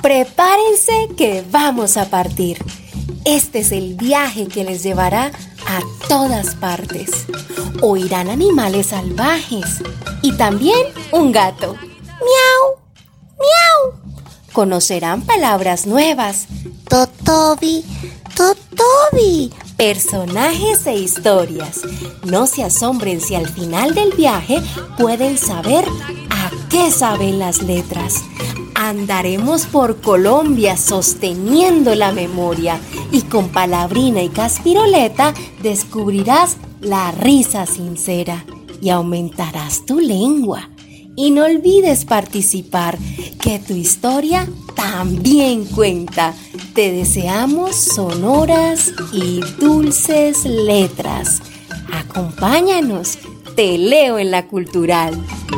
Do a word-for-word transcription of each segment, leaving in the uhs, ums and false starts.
Prepárense que vamos a partir. Este es el viaje que les llevará a todas partes. Oirán animales salvajes y también un gato. ¡Miau! ¡Miau! Conocerán palabras nuevas. Totobi, Totobi. Personajes e historias. No se asombren si al final del viaje pueden saber a qué saben las letras. Andaremos por Colombia sosteniendo la memoria y con palabrina y caspiroleta descubrirás la risa sincera y aumentarás tu lengua. Y no olvides participar, que tu historia también cuenta. Te deseamos sonoras y dulces letras. Acompáñanos, te leo en la Cultural.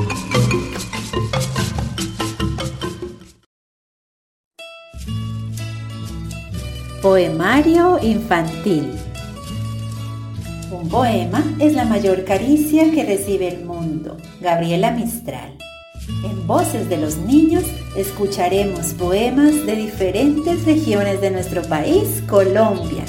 Poemario infantil. Un poema es la mayor caricia que recibe el mundo. Gabriela Mistral. En Voces de los Niños escucharemos poemas de diferentes regiones de nuestro país, Colombia.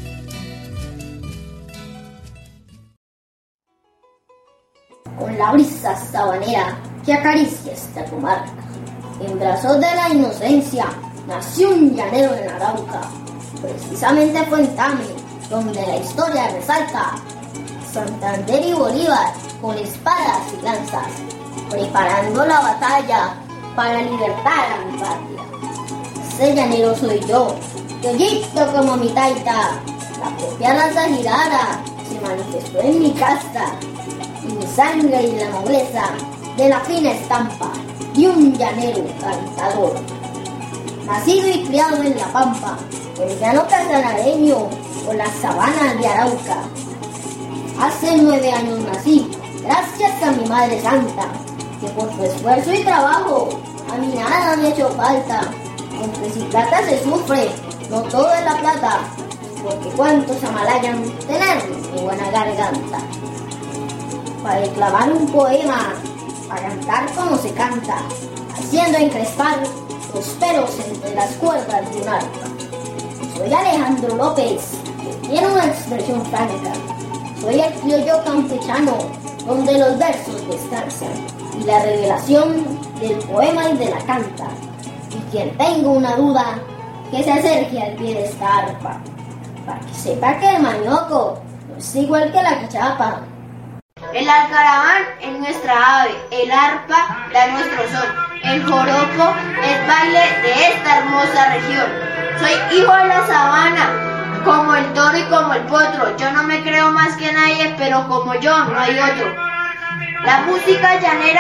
Con la brisa sabanera que acaricia esta comarca, en brazos de la inocencia nació un llanero en Arauca. Precisamente fue en Tame donde la historia resalta. Santander y Bolívar con espadas y lanzas, preparando la batalla para libertar a mi patria. Ese llanero soy yo, yoyito como mi taita. La propia lanza girada se manifestó en mi casta, y mi sangre y la nobleza de la fina estampa de un llanero cantador. Nacido y criado en la pampa, el llano casanareño o las sabanas de Arauca. Hace nueve años nací, gracias a mi madre santa, que por su esfuerzo y trabajo a mí nada me ha hecho falta. Aunque si plata se sufre, no todo es la plata, porque cuántos amalayan tener mi buena garganta. Para declamar un poema, para cantar como se canta, haciendo encrespar los pelos entre las cuerdas de un arpa. Soy Alejandro López, que tiene una expresión franca. Soy el criollo campechano, donde los versos descansan, y la revelación del poema y de la canta. Y quien tenga una duda, que se acerque al pie de esta arpa, para que sepa que el manioco no es igual que la cachapa. El alcaraván es nuestra ave, el arpa da nuestro son, el joropo es baile de esta hermosa región. Soy hijo de la sabana, como el toro y como el potro. Yo no me creo más que nadie, pero como yo no hay otro. La música llanera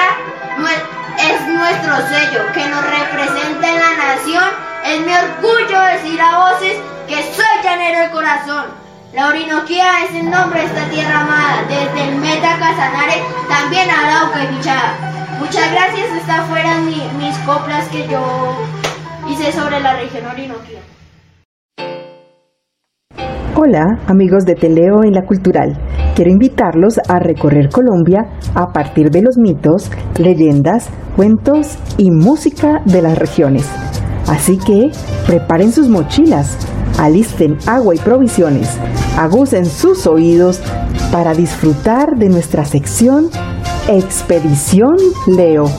es nuestro sello, que nos representa en la nación. Es mi orgullo decir a voces que soy llanero de corazón. La Orinoquía es el nombre de esta tierra amada, desde el Meta Casanare, también Arauca y Bichada. Muchas gracias, estas fueron mi, mis coplas que yo hice sobre la región Orinoquía. Hola amigos de Te Leo en la Cultural, quiero invitarlos a recorrer Colombia a partir de los mitos, leyendas, cuentos y música de las regiones. Así que preparen sus mochilas, alisten agua y provisiones, agucen sus oídos para disfrutar de nuestra sección Expedición Leo.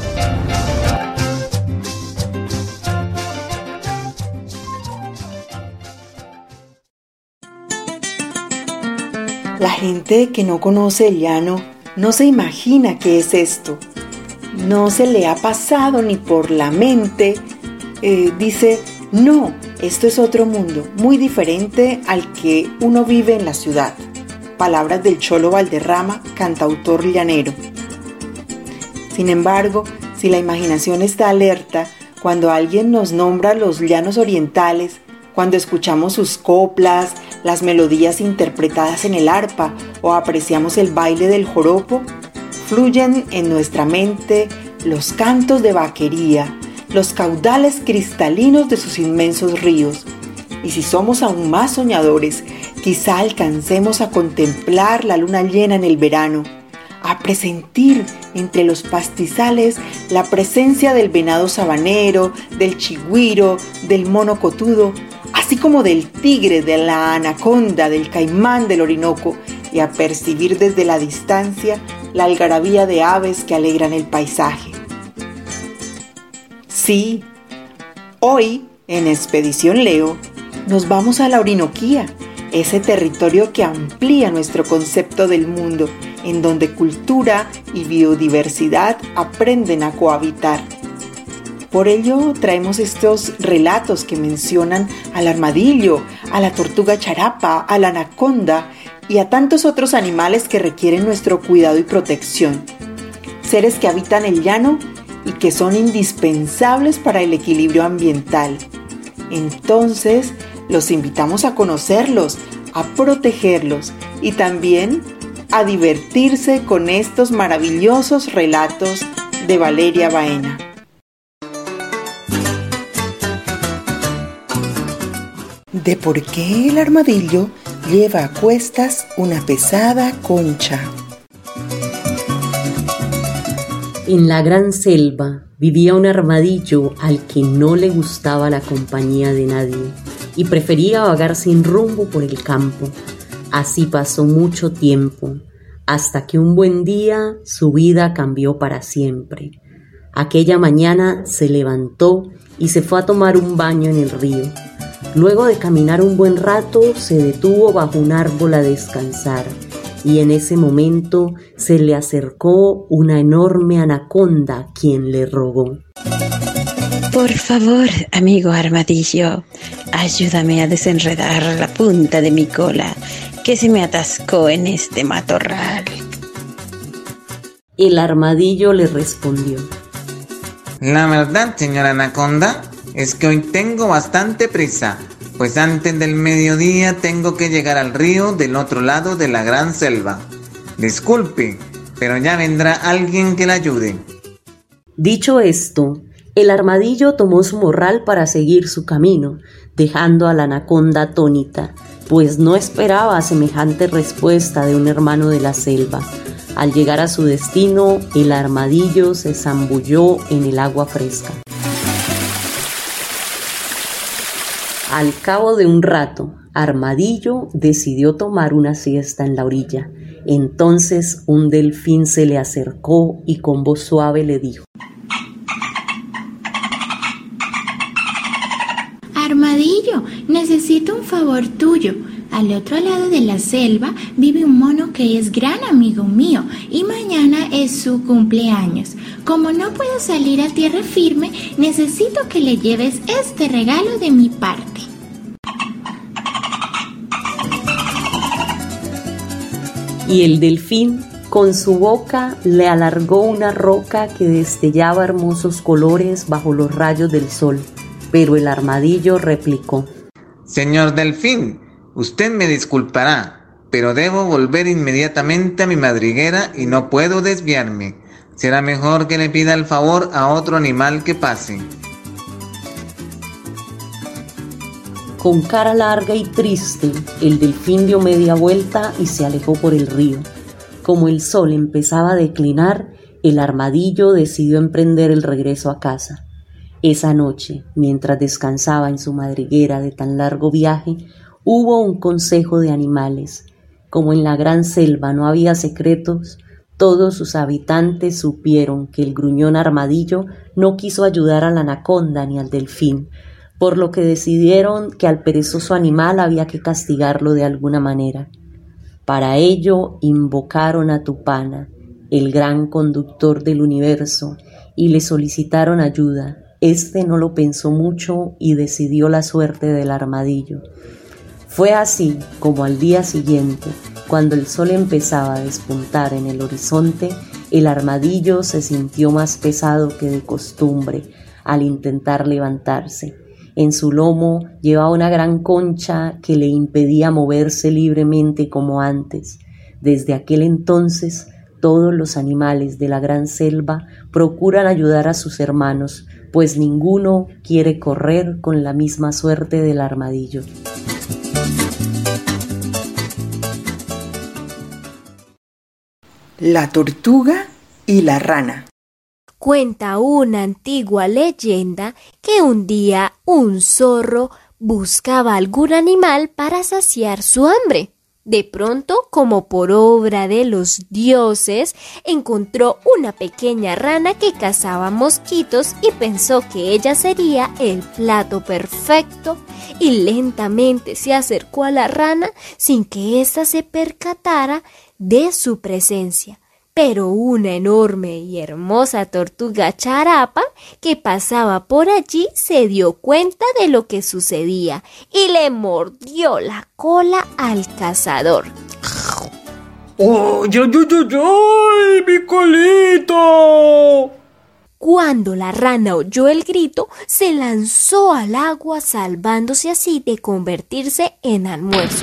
La gente que no conoce el llano no se imagina qué es esto. No se le ha pasado ni por la mente. Eh, dice, no, esto es otro mundo, muy diferente al que uno vive en la ciudad. Palabras del Cholo Valderrama, cantautor llanero. Sin embargo, si la imaginación está alerta, cuando alguien nos nombra los llanos orientales, cuando escuchamos sus coplas, las melodías interpretadas en el arpa o apreciamos el baile del joropo, fluyen en nuestra mente los cantos de vaquería, los caudales cristalinos de sus inmensos ríos. Y si somos aún más soñadores, quizá alcancemos a contemplar la luna llena en el verano, a presentir entre los pastizales la presencia del venado sabanero, del chigüiro, del mono cotudo, así como del tigre, de la anaconda, del caimán del Orinoco, y a percibir desde la distancia la algarabía de aves que alegran el paisaje. Sí, hoy en Expedición Leo nos vamos a la Orinoquía, ese territorio que amplía nuestro concepto del mundo, en donde cultura y biodiversidad aprenden a cohabitar. Por ello traemos estos relatos que mencionan al armadillo, a la tortuga charapa, a la anaconda y a tantos otros animales que requieren nuestro cuidado y protección. Seres que habitan el llano y que son indispensables para el equilibrio ambiental. Entonces, los invitamos a conocerlos, a protegerlos y también a divertirse con estos maravillosos relatos de Valeria Baena. De por qué el armadillo lleva a cuestas una pesada concha. En la gran selva vivía un armadillo al que no le gustaba la compañía de nadie y prefería vagar sin rumbo por el campo. Así pasó mucho tiempo, hasta que un buen día su vida cambió para siempre. Aquella mañana se levantó y se fue a tomar un baño en el río. Luego de caminar un buen rato, se detuvo bajo un árbol a descansar, y en ese momento se le acercó una enorme anaconda, quien le rogó: Por favor, amigo armadillo, ayúdame a desenredar la punta de mi cola, que se me atascó en este matorral. El armadillo le respondió: La verdad, señora anaconda, es que hoy tengo bastante prisa, pues antes del mediodía tengo que llegar al río del otro lado de la gran selva. Disculpe, pero ya vendrá alguien que la ayude. Dicho esto, el armadillo tomó su morral para seguir su camino, dejando a la anaconda atónita, pues no esperaba semejante respuesta de un hermano de la selva. Al llegar a su destino, el armadillo se zambulló en el agua fresca. Al cabo de un rato, Armadillo decidió tomar una siesta en la orilla. Entonces un delfín se le acercó y con voz suave le dijo: Armadillo, necesito un favor tuyo. Al otro lado de la selva vive un mono que es gran amigo mío y mañana es su cumpleaños. Como no puedo salir a tierra firme, necesito que le lleves este regalo de mi parte. Y el delfín, con su boca, le alargó una roca que destellaba hermosos colores bajo los rayos del sol. Pero el armadillo replicó: Señor delfín, usted me disculpará, pero debo volver inmediatamente a mi madriguera y no puedo desviarme. Será mejor que le pida el favor a otro animal que pase. Con cara larga y triste, el delfín dio media vuelta y se alejó por el río. Como el sol empezaba a declinar, el armadillo decidió emprender el regreso a casa. Esa noche, mientras descansaba en su madriguera de tan largo viaje, hubo un consejo de animales. Como en la gran selva no había secretos, todos sus habitantes supieron que el gruñón armadillo no quiso ayudar a la anaconda ni al delfín, por lo que decidieron que al perezoso animal había que castigarlo de alguna manera. Para ello invocaron a Tupana, el gran conductor del universo, y le solicitaron ayuda. Este no lo pensó mucho y decidió la suerte del armadillo. Fue así como al día siguiente, cuando el sol empezaba a despuntar en el horizonte, el armadillo se sintió más pesado que de costumbre al intentar levantarse. En su lomo llevaba una gran concha que le impedía moverse libremente como antes. Desde aquel entonces, todos los animales de la gran selva procuran ayudar a sus hermanos, pues ninguno quiere correr con la misma suerte del armadillo. La tortuga y la rana. Cuenta una antigua leyenda que un día un zorro buscaba algún animal para saciar su hambre. De pronto, como por obra de los dioses, encontró una pequeña rana que cazaba mosquitos y pensó que ella sería el plato perfecto, y lentamente se acercó a la rana sin que ésta se percatara de su presencia. Pero una enorme y hermosa tortuga charapa que pasaba por allí se dio cuenta de lo que sucedía y le mordió la cola al cazador. ¡Ay, ay, ay, ay! ¡Mi colita! Cuando la rana oyó el grito, se lanzó al agua, salvándose así de convertirse en almuerzo.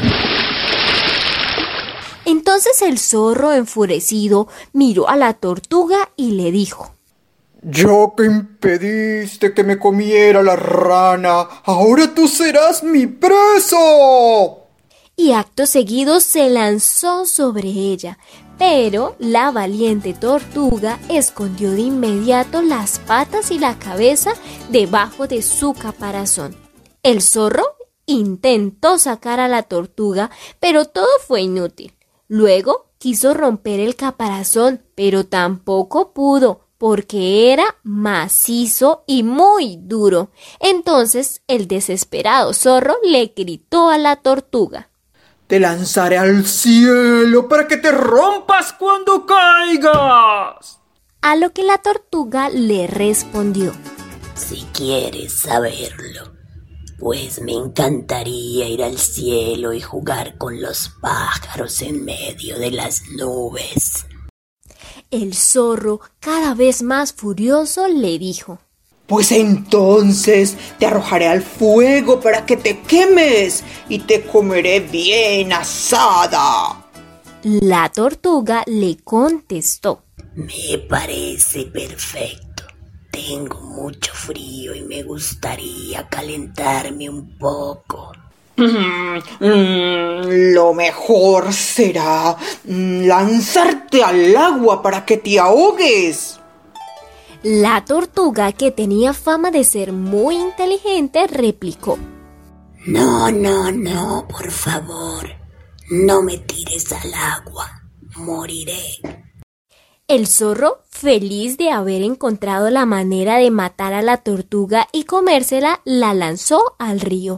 Entonces el zorro, enfurecido, miró a la tortuga y le dijo: Ya que impediste que me comiera la rana, ahora tú serás mi preso. Y acto seguido se lanzó sobre ella, pero la valiente tortuga escondió de inmediato las patas y la cabeza debajo de su caparazón. El zorro intentó sacar a la tortuga, pero todo fue inútil. Luego quiso romper el caparazón, pero tampoco pudo, porque era macizo y muy duro. Entonces el desesperado zorro le gritó a la tortuga: Te lanzaré al cielo para que te rompas cuando caigas. A lo que la tortuga le respondió: Si quieres saberlo, pues me encantaría ir al cielo y jugar con los pájaros en medio de las nubes. El zorro, cada vez más furioso, le dijo: Pues entonces te arrojaré al fuego para que te quemes y te comeré bien asada. La tortuga le contestó: Me parece perfecto. Tengo mucho frío y me gustaría calentarme un poco. Mm, mm, lo mejor será mm, lanzarte al agua para que te ahogues. La tortuga, que tenía fama de ser muy inteligente, replicó: No, no, no, por favor, no me tires al agua, moriré. El zorro, feliz de haber encontrado la manera de matar a la tortuga y comérsela, la lanzó al río.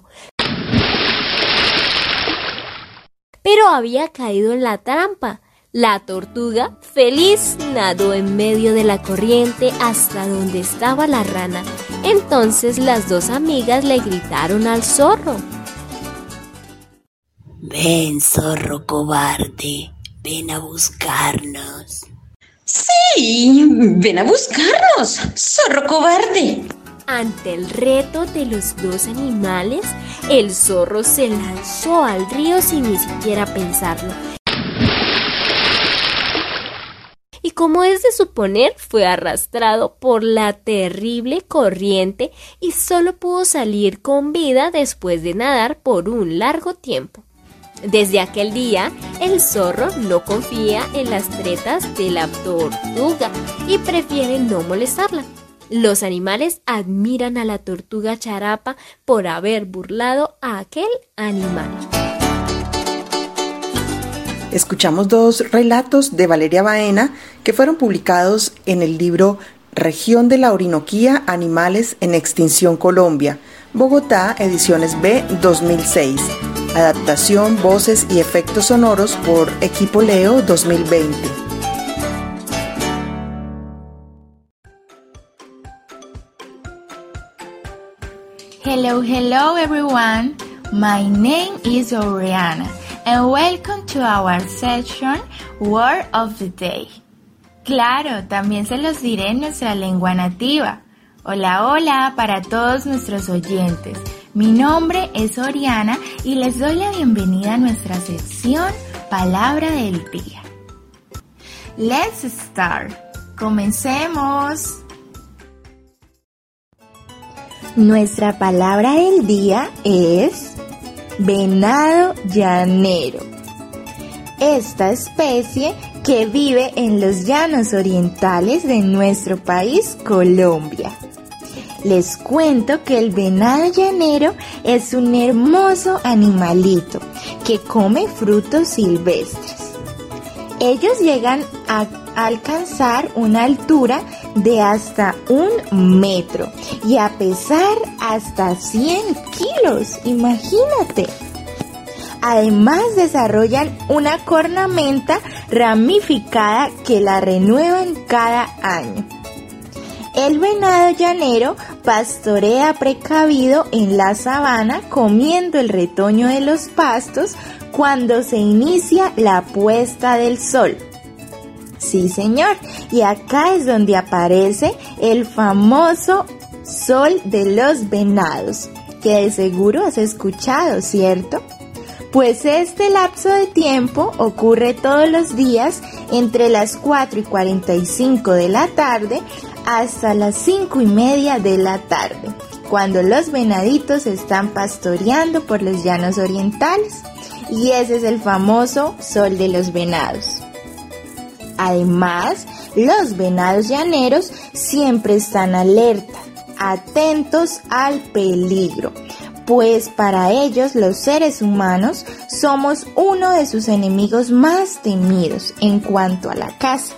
Pero había caído en la trampa. La tortuga, feliz, nadó en medio de la corriente hasta donde estaba la rana. Entonces las dos amigas le gritaron al zorro: Ven, zorro cobarde, ven a buscarnos. Sí, ven a buscarnos, zorro cobarde. Ante el reto de los dos animales, el zorro se lanzó al río sin ni siquiera pensarlo. Y como es de suponer, fue arrastrado por la terrible corriente y solo pudo salir con vida después de nadar por un largo tiempo. Desde aquel día, el zorro no confía en las tretas de la tortuga y prefiere no molestarla. Los animales admiran a la tortuga charapa por haber burlado a aquel animal. Escuchamos dos relatos de Valeria Baena que fueron publicados en el libro Región de la Orinoquía, Animales en Extinción Colombia, Bogotá, Ediciones B, dos mil seis. Adaptación, voces y efectos sonoros por Equipo Leo dos mil veinte. Hello, hello everyone. My name is Oriana and welcome to our session Word of the Day. Claro, también se los diré en nuestra lengua nativa. Hola, hola para todos nuestros oyentes. Mi nombre es Oriana y les doy la bienvenida a nuestra sección Palabra del Día. Let's start. Comencemos. Nuestra palabra del día es venado llanero. Esta especie, que vive en los llanos orientales de nuestro país, Colombia. Les cuento que el venado llanero es un hermoso animalito que come frutos silvestres. Ellos llegan a alcanzar una altura de hasta un metro y a pesar hasta cien kilos, imagínate. Además desarrollan una cornamenta ramificada que la renuevan cada año. El venado llanero pastorea precavido en la sabana comiendo el retoño de los pastos cuando se inicia la puesta del sol. Sí, señor, y acá es donde aparece el famoso sol de los venados, que de seguro has escuchado, ¿cierto? Pues este lapso de tiempo ocurre todos los días entre las cuatro y cuarenta y cinco de la tarde hasta las cinco y media de la tarde, cuando los venaditos están pastoreando por los llanos orientales, y ese es el famoso sol de los venados. Además, los venados llaneros siempre están alerta, atentos al peligro, pues para ellos los seres humanos somos uno de sus enemigos más temidos en cuanto a la caza.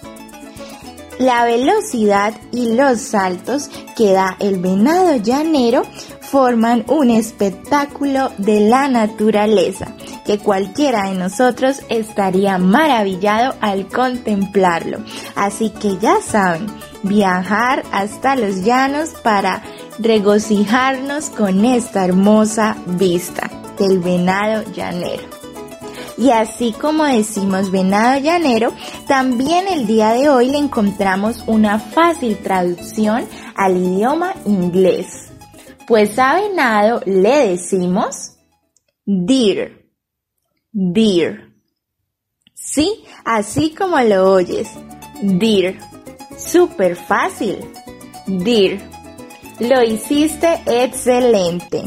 La velocidad y los saltos que da el venado llanero forman un espectáculo de la naturaleza que cualquiera de nosotros estaría maravillado al contemplarlo. Así que ya saben, viajar hasta los llanos para regocijarnos con esta hermosa vista del venado llanero. Y así como decimos venado llanero, también el día de hoy le encontramos una fácil traducción al idioma inglés. Pues a venado le decimos deer, deer. Sí, así como lo oyes, deer. Súper fácil, deer. Lo hiciste excelente.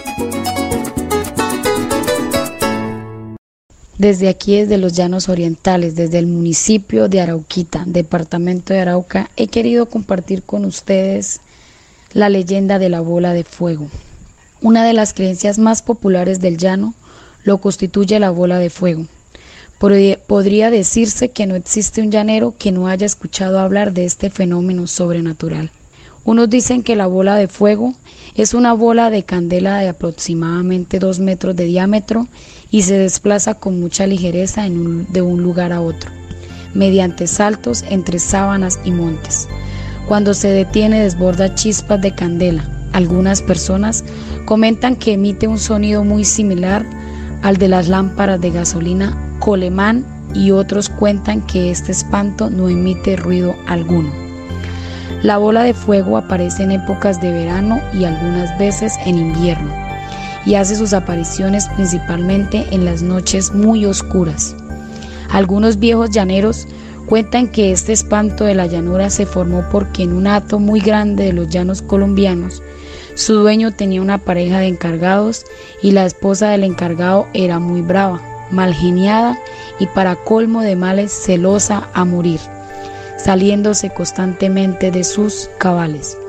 Desde aquí, desde los Llanos Orientales, desde el municipio de Arauquita, departamento de Arauca, he querido compartir con ustedes la leyenda de la bola de fuego. Una de las creencias más populares del llano lo constituye la bola de fuego. Podría decirse que no existe un llanero que no haya escuchado hablar de este fenómeno sobrenatural. Unos dicen que la bola de fuego es una bola de candela de aproximadamente dos metros de diámetro y se desplaza con mucha ligereza en un, de un lugar a otro, mediante saltos entre sábanas y montes. Cuando se detiene desborda chispas de candela. Algunas personas comentan que emite un sonido muy similar al de las lámparas de gasolina Coleman y otros cuentan que este espanto no emite ruido alguno. La bola de fuego aparece en épocas de verano y algunas veces en invierno y hace sus apariciones principalmente en las noches muy oscuras. Algunos viejos llaneros cuentan que este espanto de la llanura se formó porque en un hato muy grande de los llanos colombianos, su dueño tenía una pareja de encargados y la esposa del encargado era muy brava, malgeniada y para colmo de males celosa a morir, saliéndose constantemente de sus cabales.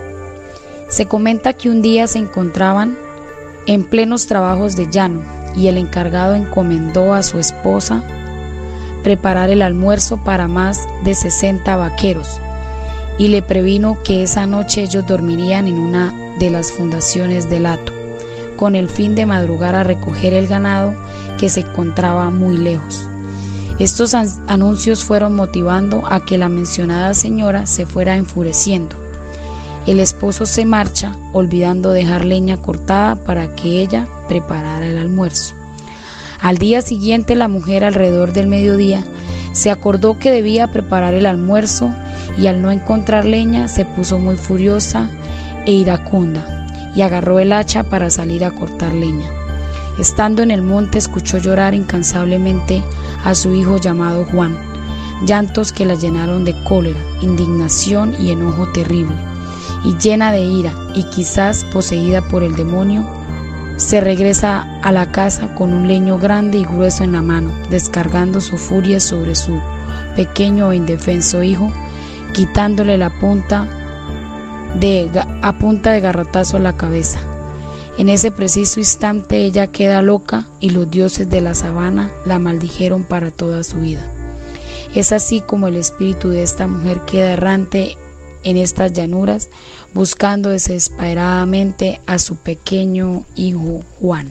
Se comenta que un día se encontraban en plenos trabajos de llano y el encargado encomendó a su esposa preparar el almuerzo para más de sesenta vaqueros y le previno que esa noche ellos dormirían en una de las fundaciones del hato, con el fin de madrugar a recoger el ganado que se encontraba muy lejos. Estos anuncios fueron motivando a que la mencionada señora se fuera enfureciendo. El esposo se marcha, olvidando dejar leña cortada para que ella preparara el almuerzo. Al día siguiente, la mujer, alrededor del mediodía, se acordó que debía preparar el almuerzo y al no encontrar leña se puso muy furiosa e iracunda y agarró el hacha para salir a cortar leña. Estando en el monte, escuchó llorar incansablemente a su hijo llamado Juan, llantos que la llenaron de cólera, indignación y enojo terrible, y llena de ira y quizás poseída por el demonio, se regresa a la casa con un leño grande y grueso en la mano, descargando su furia sobre su pequeño e indefenso hijo, quitándole la punta de, a punta de garrotazo a la cabeza. En ese preciso instante ella queda loca y los dioses de la sabana la maldijeron para toda su vida. Es así como el espíritu de esta mujer queda errante en estas llanuras, buscando desesperadamente a su pequeño hijo Juan.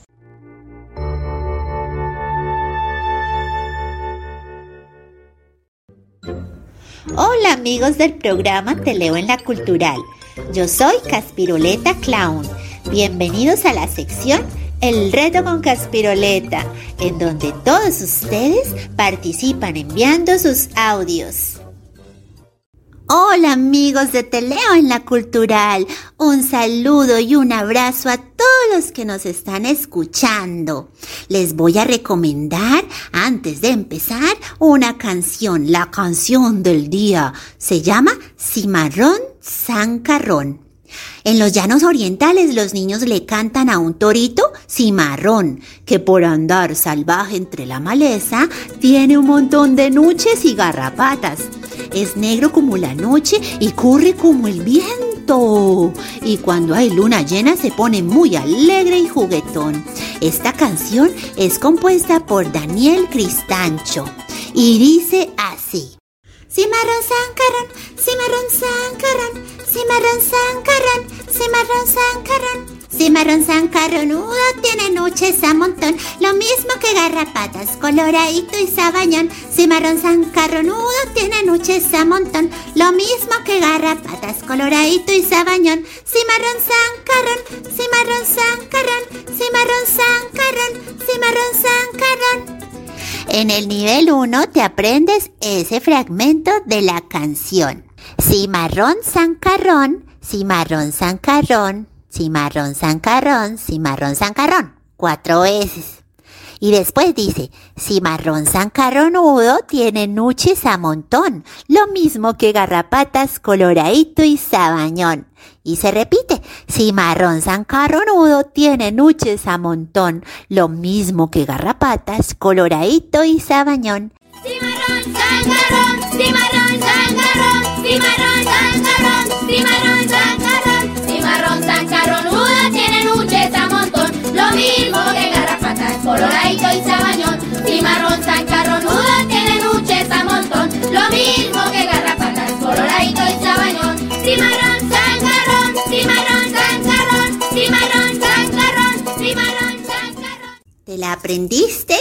Hola amigos del programa Te Leo en la Cultural. Yo soy Caspiroleta Clown. Bienvenidos a la sección El Reto con Caspiroleta, en donde todos ustedes participan enviando sus audios. Hola amigos de Te Leo en la Cultural, un saludo y un abrazo a todos los que nos están escuchando. Les voy a recomendar, antes de empezar, una canción, la canción del día. Se llama Cimarrón Zancarrón. En los llanos orientales los niños le cantan a un torito cimarrón, que por andar salvaje entre la maleza tiene un montón de nuches y garrapatas. Es negro como la noche y corre como el viento. Y cuando hay luna llena se pone muy alegre y juguetón. Esta canción es compuesta por Daniel Cristancho y dice así. Cimarrón zancarrón, cimarrón zancarrón, cimarrón zancarrón, cimarrón zancarrón. Cimarrón zancarronudo tiene nuches a montón, lo mismo que garrapatas, coloradito y sabañón. Cimarrón zancarronudo tiene nuches a montón, lo mismo que garrapatas, coloradito y sabañón. Cimarrón zancarrón, cimarrón zancarrón, cimarrón zancarrón, cimarrón zancarrón. En el nivel uno te aprendes ese fragmento de la canción. Cimarrón zancarrón, cimarrón zancarrón, cimarrón zancarrón, cimarrón zancarrón. Cuatro veces. Y después dice, cimarrón zancarronudo tiene nuches a montón, lo mismo que garrapatas, coloradito y sabañón. Y se repite, cimarrón zancarronudo tiene nuches a montón, lo mismo que garrapatas, coloradito y sabañón. Cimarrón zancarrón, cimarrón zancarrón, cimarrón zancarrón, cimarrón zancarrón, cimarrón zancarronudo tiene nuches a montón, lo mismo que garrapatas, coloradito y sabañón. Cimarrón zancarronudo tiene nuches a montón, lo mismo que garrapatas, coloradito y sabañón. Cimarrón zancarrón, cimarrón zancarrón, cimarrón zancarrón, cimarrón zancarrón. ¿Te la aprendiste?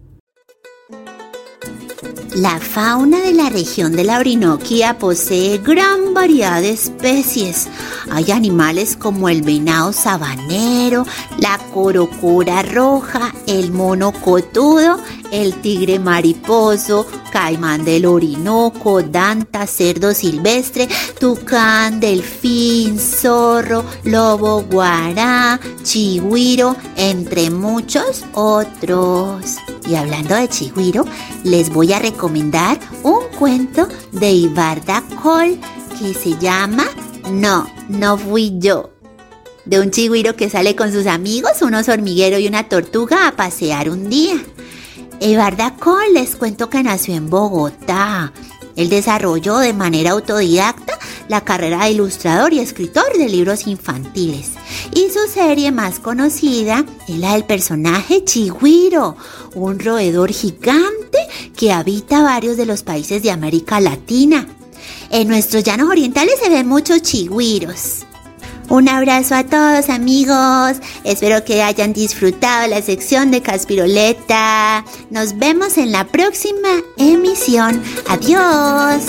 La fauna de la región de la Orinoquia posee gran variedad de especies. Hay animales como el venado sabanero, la corocora roja, el mono cotudo, el tigre mariposo, caimán del Orinoco, danta, cerdo silvestre, tucán, delfín, zorro, lobo guará, chigüiro, entre muchos otros. Y hablando de chigüiro, les voy a recomendar un cuento de Ivar Dacol que se llama No, no fui yo. De un chigüiro que sale con sus amigos, un oso hormiguero y una tortuga a pasear un día. Ivar Dacol, les cuento que nació en Bogotá. Él desarrolló de manera autodidacta la carrera de ilustrador y escritor de libros infantiles. Y su serie más conocida es la del personaje Chigüiro, un roedor gigante que habita varios de los países de América Latina. En nuestros llanos orientales se ven muchos chigüiros. Un abrazo a todos amigos, espero que hayan disfrutado la sección de Caspiroleta. Nos vemos en la próxima emisión. Adiós.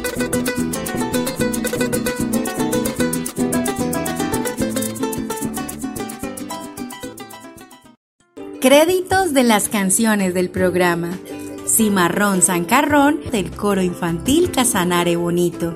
Créditos de las canciones del programa. Cimarrón Zancarrón del coro infantil Casanare Bonito.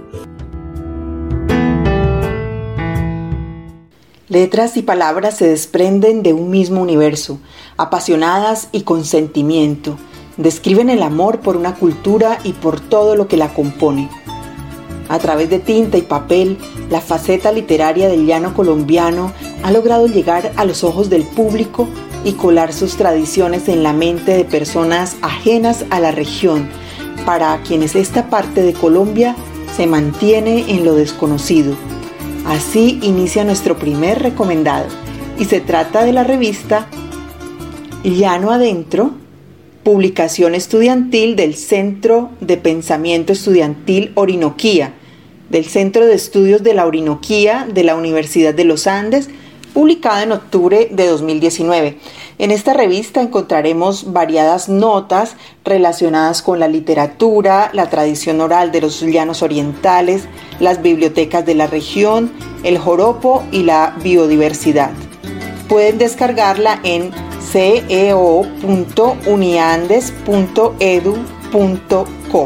Letras y palabras se desprenden de un mismo universo, apasionadas y con sentimiento. Describen el amor por una cultura y por todo lo que la compone. A través de tinta y papel, la faceta literaria del llano colombiano ha logrado llegar a los ojos del público y colar sus tradiciones en la mente de personas ajenas a la región, para quienes esta parte de Colombia se mantiene en lo desconocido. Así inicia nuestro primer recomendado, y se trata de la revista Llano Adentro, publicación estudiantil del Centro de Pensamiento Estudiantil Orinoquía, del Centro de Estudios de la Orinoquía de la Universidad de los Andes, publicada en octubre de dos mil diecinueve. En esta revista encontraremos variadas notas relacionadas con la literatura, la tradición oral de los llanos orientales, las bibliotecas de la región, el joropo y la biodiversidad. Pueden descargarla en ceo punto uniandes punto edu punto co.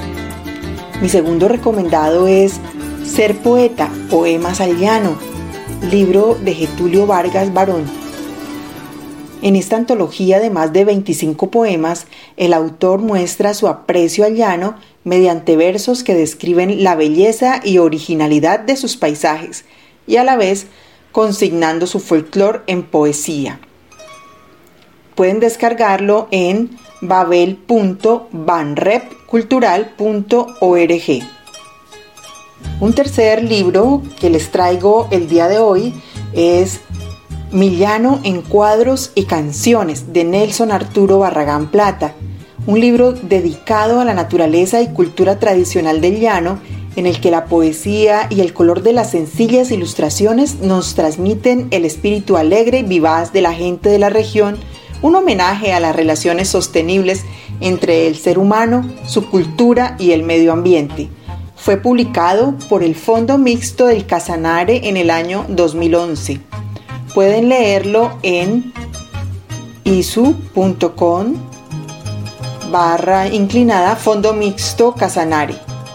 Mi segundo recomendado es Ser Poeta, Poemas al Llano, libro de Getulio Vargas Barón. En esta antología de más de veinticinco poemas, el autor muestra su aprecio al llano mediante versos que describen la belleza y originalidad de sus paisajes y a la vez consignando su folclore en poesía. Pueden descargarlo en babel punto banrep cultural punto org. Un tercer libro que les traigo el día de hoy es Mi llano en cuadros y canciones, de Nelson Arturo Barragán Plata, un libro dedicado a la naturaleza y cultura tradicional del llano, en el que la poesía y el color de las sencillas ilustraciones nos transmiten el espíritu alegre y vivaz de la gente de la región, un homenaje a las relaciones sostenibles entre el ser humano, su cultura y el medio ambiente. Fue publicado por el Fondo Mixto del Casanare en el año dos mil once. Pueden leerlo en isu.com barra inclinada Fondo Mixto Casanare.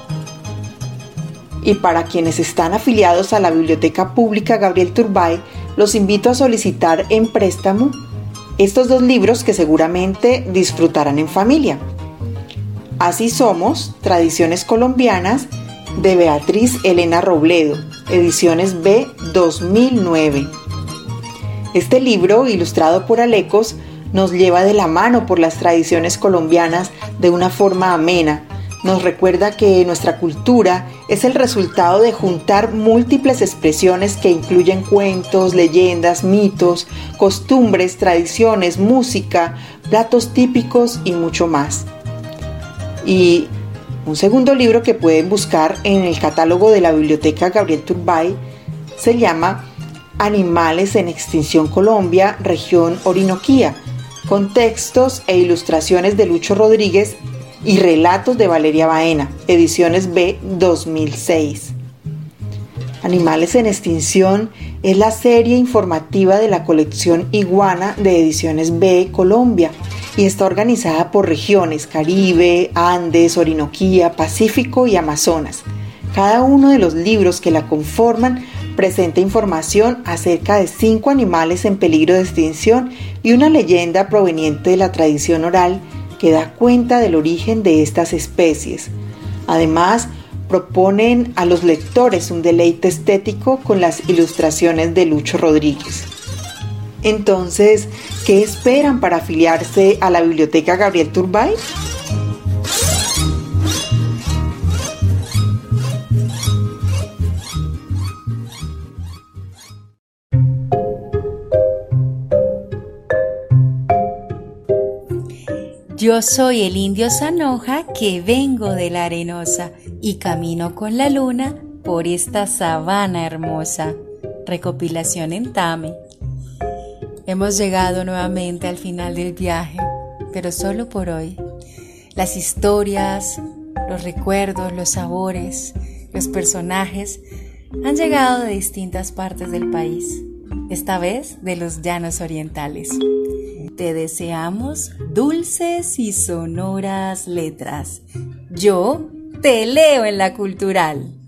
Y para quienes están afiliados a la Biblioteca Pública Gabriel Turbay, los invito a solicitar en préstamo estos dos libros que seguramente disfrutarán en familia. Así somos, Tradiciones Colombianas, de Beatriz Elena Robledo, ediciones B dos mil nueve. Este libro, ilustrado por Alecos, nos lleva de la mano por las tradiciones colombianas de una forma amena. Nos recuerda que nuestra cultura es el resultado de juntar múltiples expresiones que incluyen cuentos, leyendas, mitos, costumbres, tradiciones, música, platos típicos y mucho más. Y un segundo libro que pueden buscar en el catálogo de la Biblioteca Gabriel Turbay se llama Animales en Extinción Colombia, Región Orinoquía, con textos e ilustraciones de Lucho Rodríguez y relatos de Valeria Baena, ediciones B dos mil seis. Animales en Extinción es la serie informativa de la colección Iguana de Ediciones B Colombia y está organizada por regiones: Caribe, Andes, Orinoquía, Pacífico y Amazonas. Cada uno de los libros que la conforman presenta información acerca de cinco animales en peligro de extinción y una leyenda proveniente de la tradición oral que da cuenta del origen de estas especies. Además, proponen a los lectores un deleite estético con las ilustraciones de Lucho Rodríguez. Entonces, ¿qué esperan para afiliarse a la Biblioteca Gabriel Turbay? Yo soy el indio Zanoja que vengo de la arenosa y camino con la luna por esta sabana hermosa. Recopilación en Tame. Hemos llegado nuevamente al final del viaje, pero solo por hoy. Las historias, los recuerdos, los sabores, los personajes han llegado de distintas partes del país, esta vez de los llanos orientales. Te deseamos dulces y sonoras letras. Yo te leo en la Cultural.